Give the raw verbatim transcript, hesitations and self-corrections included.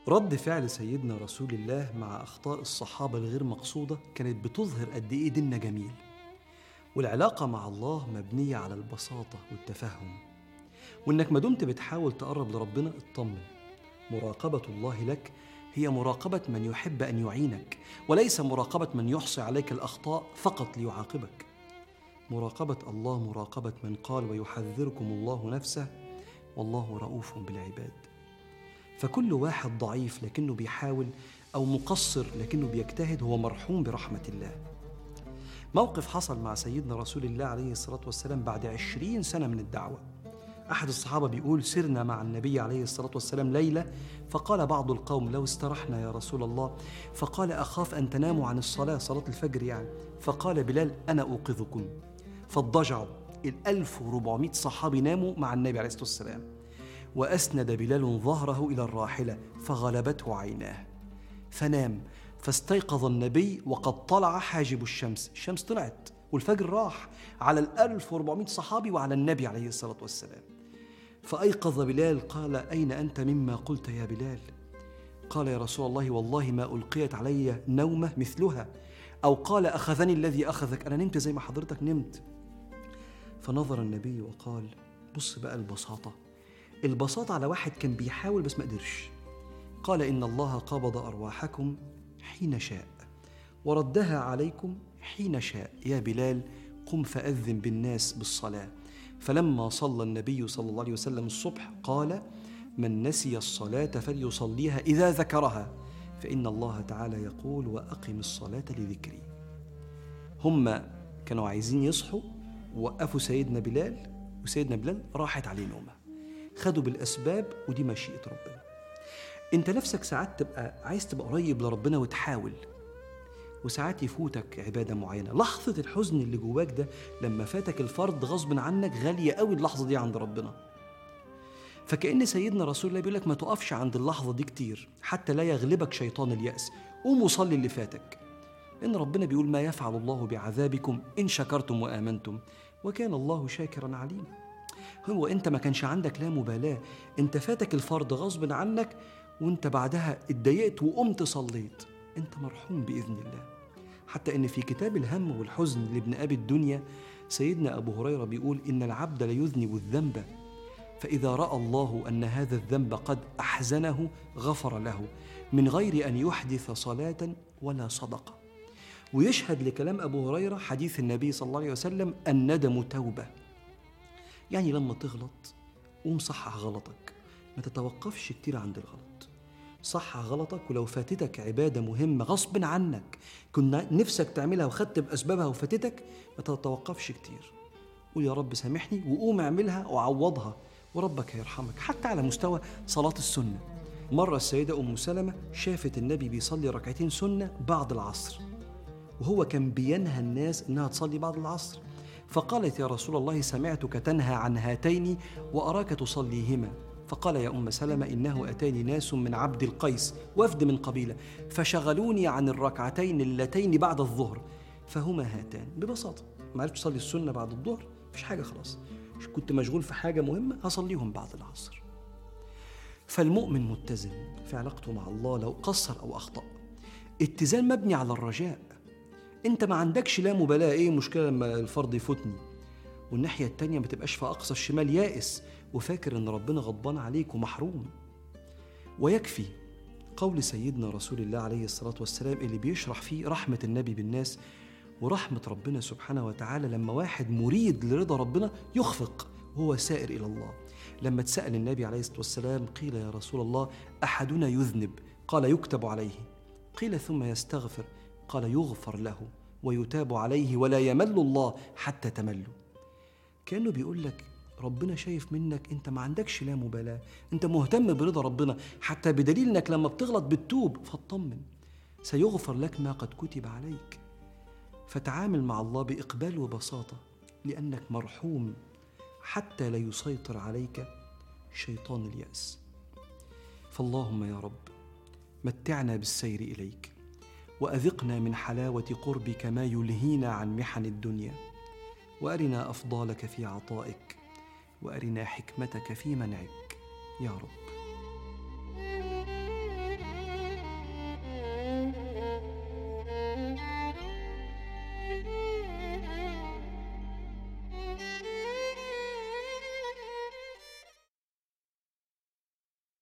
رد فعل سيدنا رسول الله مع أخطاء الصحابة الغير مقصودة كانت بتظهر قد إيه ديننا جميل، والعلاقة مع الله مبنية على البساطة والتفهم، وإنك ما دمت بتحاول تقرب لربنا اطمن. مراقبة الله لك هي مراقبة من يحب أن يعينك، وليس مراقبة من يحصي عليك الأخطاء فقط ليعاقبك. مراقبة الله مراقبة من قال ويحذركم الله نفسه والله رؤوف بالعباد. فكل واحد ضعيف لكنه بيحاول، أو مقصر لكنه بيجتهد، هو مرحوم برحمة الله. موقف حصل مع سيدنا رسول الله عليه الصلاة والسلام بعد عشرين سنة من الدعوة. أحد الصحابة بيقول: سرنا مع النبي عليه الصلاة والسلام ليلة، فقال بعض القوم: لو استرحنا يا رسول الله. فقال: أخاف أن تناموا عن الصلاة، صلاة الفجر يعني. فقال بلال: أنا أوقظكم. فاضطجعوا الألف وربعمائة صحابي ناموا مع النبي عليه الصلاة والسلام، وأسند بلال ظهره إلى الراحلة فغلبته عيناه فنام. فاستيقظ النبي وقد طلع حاجب الشمس، الشمس طلعت والفجر راح على الألف وربعمائة صحابي وعلى النبي عليه الصلاة والسلام. فأيقظ بلال، قال: أين أنت مما قلت يا بلال؟ قال: يا رسول الله والله ما ألقيت علي نومة مثلها، أو قال: أخذني الذي أخذك، أنا نمت زي ما حضرتك نمت. فنظر النبي وقال: بص بقى البساطة، البساطة على واحد كان بيحاول بس ما قدرش. قال: إن الله قبض أرواحكم حين شاء وردها عليكم حين شاء، يا بلال قم فأذن بالناس بالصلاة. فلما صلى النبي صلى الله عليه وسلم الصبح قال: من نسي الصلاة فليصليها إذا ذكرها، فإن الله تعالى يقول: وأقم الصلاة لذكري. هم كانوا عايزين يصحوا، وقفوا سيدنا بلال، وسيدنا بلال راحت عليه نومه، خدوا بالأسباب، ودي مشيئة ربنا. انت نفسك ساعات تبقى عايز تبقى قريب لربنا وتحاول، وساعات يفوتك عبادة معينة. لحظة الحزن اللي جواك ده لما فاتك الفرض غصب عنك غالية قوي اللحظة دي عند ربنا. فكأن سيدنا رسول الله بيقول لك ما تقفش عند اللحظة دي كتير حتى لا يغلبك شيطان اليأس، قوم وصلي اللي فاتك، إن ربنا بيقول: ما يفعل الله بعذابكم إن شكرتم وآمنتم وكان الله شاكرا عليما. هو أنت ما كانش عندك لا مبالاة، أنت فاتك الفرض غصب عنك، وأنت بعدها اتضايقت وقمت صليت، أنت مرحوم بإذن الله. حتى إن في كتاب الهم والحزن لابن أبي الدنيا سيدنا أبو هريرة بيقول: إن العبد ليذنب الذنب، فإذا رأى الله أن هذا الذنب قد أحزنه غفر له من غير أن يحدث صلاة ولا صدقة. ويشهد لكلام أبو هريرة حديث النبي صلى الله عليه وسلم: الندم توبة. يعني لما تغلط قوم صحح غلطك، ما تتوقفش كتير عند الغلط، صحح غلطك. ولو فاتتك عبادة مهمة غصب عنك كنا نفسك تعملها وخدت بأسبابها وفاتتك، ما تتوقفش كتير، قول: يا رب سامحني، وقوم اعملها وعوضها وربك هيرحمك. حتى على مستوى صلاة السنة، مرة السيدة أم سلمة شافت النبي بيصلي ركعتين سنة بعد العصر، وهو كان بينهى الناس إنها تصلي بعد العصر، فقالت: يا رسول الله سمعتك تنهى عن هاتين وأراك تصليهما. فقال: يا أم سلمة إنه أتاني ناس من عبد القيس، وفد من قبيلة، فشغلوني عن الركعتين اللتين بعد الظهر فهما هاتان. ببساطة ما عرفتش أصلي السنة بعد الظهر، مفيش حاجة خلاص، كنت مشغول في حاجة مهمة هصليهم بعد العصر. فالمؤمن متزن في علاقته مع الله لو قصر أو أخطأ. اتزان مبني على الرجاء، انت ما عندكش لا مبالاة، ايه مشكلة لما الفرض يفوتني، والناحية التانية ما تبقاش في أقصى الشمال يائس وفاكر ان ربنا غضبان عليك ومحروم. ويكفي قول سيدنا رسول الله عليه الصلاة والسلام اللي بيشرح فيه رحمة النبي بالناس ورحمة ربنا سبحانه وتعالى لما واحد مريد لرضا ربنا يخفق وهو سائر إلى الله. لما تسأل النبي عليه الصلاة والسلام قيل: يا رسول الله أحدنا يذنب؟ قال: يكتب عليه. قيل: ثم يستغفر؟ قال: يغفر له ويتاب عليه ولا يمل الله حتى تملوا. كأنه بيقول لك ربنا شايف منك انت ما عندكش لا مبالاة، انت مهتم برضا ربنا، حتى بدليل انك لما بتغلط بتتوب، فاطمن سيغفر لك ما قد كتب عليك. فتعامل مع الله بإقبال وبساطة لأنك مرحوم حتى لا يسيطر عليك شيطان اليأس. فاللهم يا رب متعنا بالسير إليك، وأذقنا من حلاوة قربك ما يلهينا عن محن الدنيا، وأرنا أفضالك في عطائك، وأرنا حكمتك في منعك يا رب.